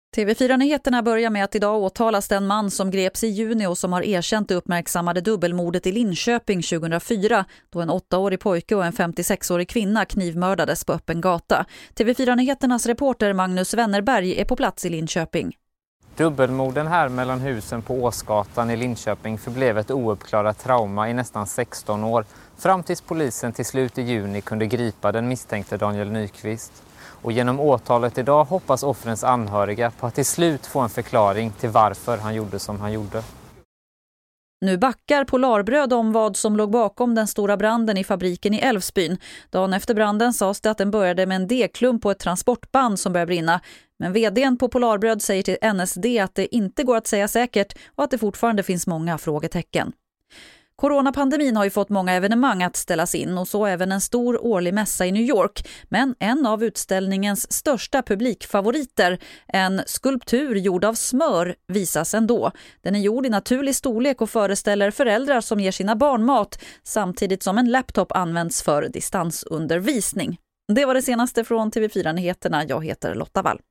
TV4-nyheterna börjar med att idag åtalas den man som greps i juni och som har erkänt det uppmärksammade dubbelmordet i Linköping 2004 då en 8-årig pojke och en 56-årig kvinna knivmördades på öppen gata. TV4-nyheternas reporter Magnus Wennerberg är på plats i Linköping. Dubbelmorden här mellan husen på Åsgatan i Linköping förblev ett ouppklarat trauma i nästan 16 år fram tills polisen till slut i juni kunde gripa den misstänkte Daniel Nyqvist. Och genom åtalet idag hoppas offrens anhöriga på att till slut få en förklaring till varför han gjorde som han gjorde. Nu backar Polarbröd om vad som låg bakom den stora branden i fabriken i Älvsbyn. Dagen efter branden sades det att den började med en D-klump på ett transportband som började brinna. Men vd:n på Polarbröd säger till NSD att det inte går att säga säkert och att det fortfarande finns många frågetecken. Coronapandemin har ju fått många evenemang att ställas in och så även en stor årlig mässa i New York. Men en av utställningens största publikfavoriter, en skulptur gjord av smör, visas ändå. Den är gjord i naturlig storlek och föreställer föräldrar som ger sina barn mat samtidigt som en laptop används för distansundervisning. Det var det senaste från TV4-nyheterna. Jag heter Lotta Wall.